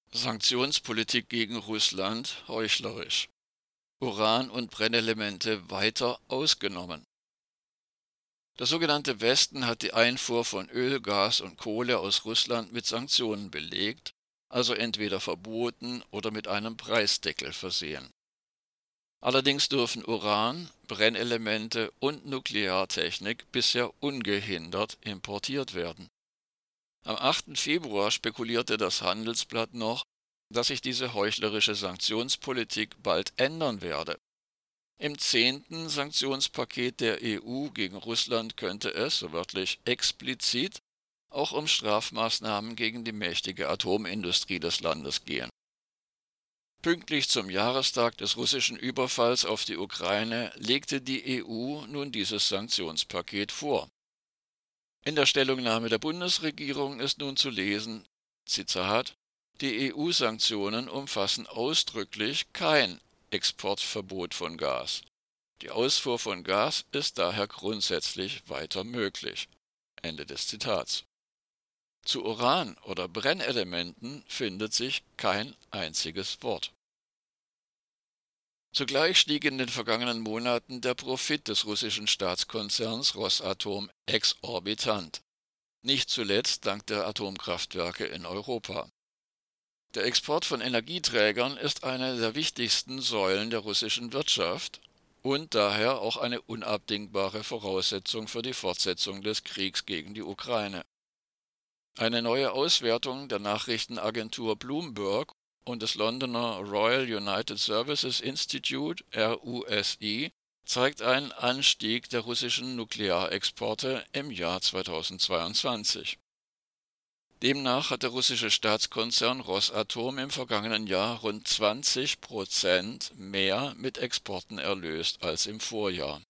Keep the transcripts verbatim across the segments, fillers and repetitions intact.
Sanktionspolitik gegen Russland heuchlerisch. Uran und Brennelemente weiter ausgenommen. Der sogenannte Westen hat die Einfuhr von Öl, Gas und Kohle aus Russland mit Sanktionen belegt, also entweder verboten oder mit einem Preisdeckel versehen. Allerdings dürfen Uran, Brennelemente und Nukleartechnik bisher ungehindert importiert werden. Am achten Februar spekulierte das Handelsblatt noch, dass sich diese heuchlerische Sanktionspolitik bald ändern werde. Im zehnten Sanktionspaket der E U gegen Russland könnte es, so wörtlich explizit, auch um Strafmaßnahmen gegen die mächtige Atomindustrie des Landes gehen. Pünktlich zum Jahrestag des russischen Überfalls auf die Ukraine legte die E U nun dieses Sanktionspaket vor. In der Stellungnahme der Bundesregierung ist nun zu lesen, Zitat, die E U-Sanktionen umfassen ausdrücklich kein Exportverbot von Gas. Die Ausfuhr von Gas ist daher grundsätzlich weiter möglich. Ende des Zitats. Zu Uran oder Brennelementen findet sich kein einziges Wort. Zugleich stieg in den vergangenen Monaten der Profit des russischen Staatskonzerns Rosatom exorbitant, nicht zuletzt dank der Atomkraftwerke in Europa. Der Export von Energieträgern ist eine der wichtigsten Säulen der russischen Wirtschaft und daher auch eine unabdingbare Voraussetzung für die Fortsetzung des Kriegs gegen die Ukraine. Eine neue Auswertung der Nachrichtenagentur Bloomberg und des Londoner Royal United Services Institute R U S I zeigt einen Anstieg der russischen Nuklearexporte im Jahr zweitausendzweiundzwanzig. Demnach hat der russische Staatskonzern Rosatom im vergangenen Jahr rund zwanzig Prozent mehr mit Exporten erlöst als im Vorjahr.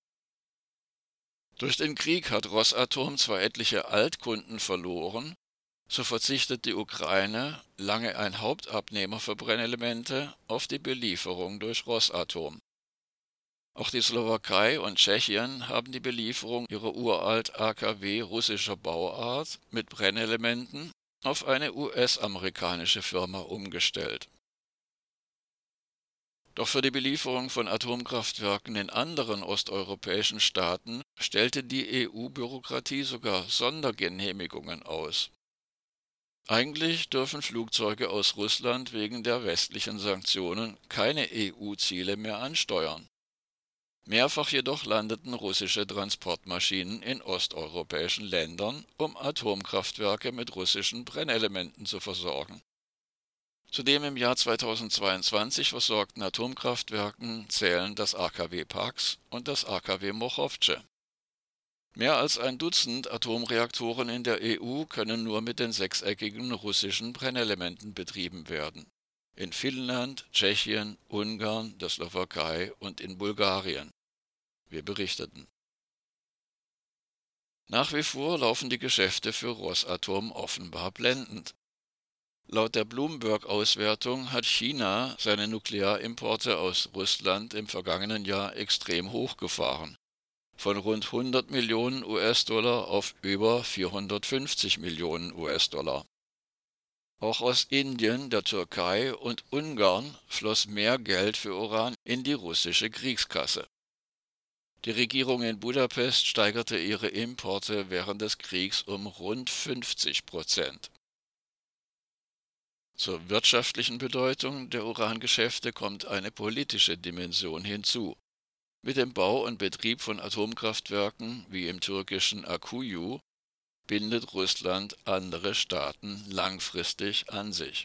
Durch den Krieg hat Rosatom zwar etliche Altkunden verloren, so verzichtet die Ukraine, lange ein Hauptabnehmer für Brennelemente, auf die Belieferung durch Rosatom. Auch die Slowakei und Tschechien haben die Belieferung ihrer uralt A K W russischer Bauart mit Brennelementen auf eine U S-amerikanische Firma umgestellt. Doch für die Belieferung von Atomkraftwerken in anderen osteuropäischen Staaten stellte die E U-Bürokratie sogar Sondergenehmigungen aus. Eigentlich dürfen Flugzeuge aus Russland wegen der westlichen Sanktionen keine E U-Ziele mehr ansteuern. Mehrfach jedoch landeten russische Transportmaschinen in osteuropäischen Ländern, um Atomkraftwerke mit russischen Brennelementen zu versorgen. Zu den im Jahr zweitausendzweiundzwanzig versorgten Atomkraftwerken zählen das A K W Paks und das A K W Mochovce. Mehr als ein Dutzend Atomreaktoren in der E U können nur mit den sechseckigen russischen Brennelementen betrieben werden. In Finnland, Tschechien, Ungarn, der Slowakei und in Bulgarien. Wir berichteten. Nach wie vor laufen die Geschäfte für Rosatom offenbar blendend. Laut der Bloomberg-Auswertung hat China seine Nuklearimporte aus Russland im vergangenen Jahr extrem hochgefahren, von rund hundert Millionen U S-Dollar auf über vierhundertfünfzig Millionen U S-Dollar. Auch aus Indien, der Türkei und Ungarn floss mehr Geld für Uran in die russische Kriegskasse. Die Regierung in Budapest steigerte ihre Importe während des Kriegs um rund fünfzig Prozent. Zur wirtschaftlichen Bedeutung der Urangeschäfte kommt eine politische Dimension hinzu. Mit dem Bau und Betrieb von Atomkraftwerken wie im türkischen Akkuyu bindet Russland andere Staaten langfristig an sich.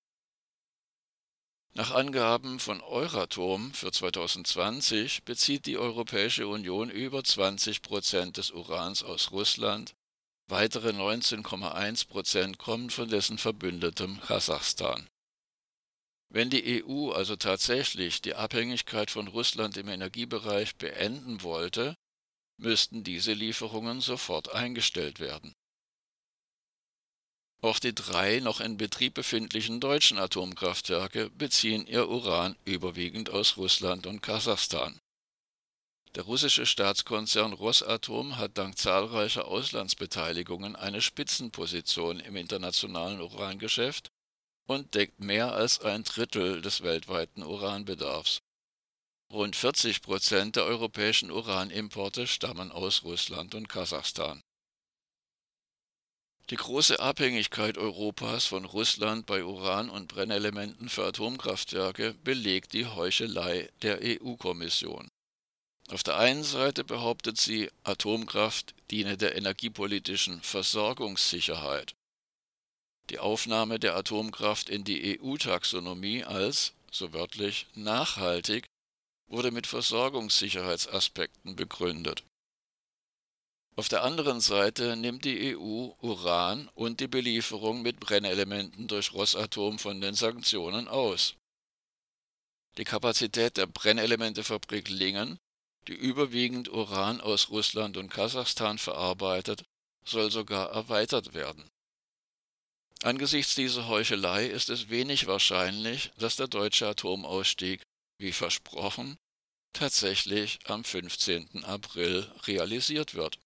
Nach Angaben von Euratom für zweitausendzwanzig bezieht die Europäische Union über zwanzig Prozent des Urans aus Russland, weitere neunzehn Komma eins Prozent kommen von dessen Verbündetem Kasachstan. Wenn die E U also tatsächlich die Abhängigkeit von Russland im Energiebereich beenden wollte, müssten diese Lieferungen sofort eingestellt werden. Auch die drei noch in Betrieb befindlichen deutschen Atomkraftwerke beziehen ihr Uran überwiegend aus Russland und Kasachstan. Der russische Staatskonzern Rosatom hat dank zahlreicher Auslandsbeteiligungen eine Spitzenposition im internationalen Urangeschäft und deckt mehr als ein Drittel des weltweiten Uranbedarfs. Rund vierzig Prozent der europäischen Uranimporte stammen aus Russland und Kasachstan. Die große Abhängigkeit Europas von Russland bei Uran und Brennelementen für Atomkraftwerke belegt die Heuchelei der E U-Kommission. Auf der einen Seite behauptet sie, Atomkraft diene der energiepolitischen Versorgungssicherheit. Die Aufnahme der Atomkraft in die E U-Taxonomie als, so wörtlich, nachhaltig wurde mit Versorgungssicherheitsaspekten begründet. Auf der anderen Seite nimmt die E U Uran und die Belieferung mit Brennelementen durch Rosatom von den Sanktionen aus. Die Kapazität der Brennelementefabrik Lingen, die überwiegend Uran aus Russland und Kasachstan verarbeitet, soll sogar erweitert werden. Angesichts dieser Heuchelei ist es wenig wahrscheinlich, dass der deutsche Atomausstieg, wie versprochen, tatsächlich am fünfzehnten April realisiert wird.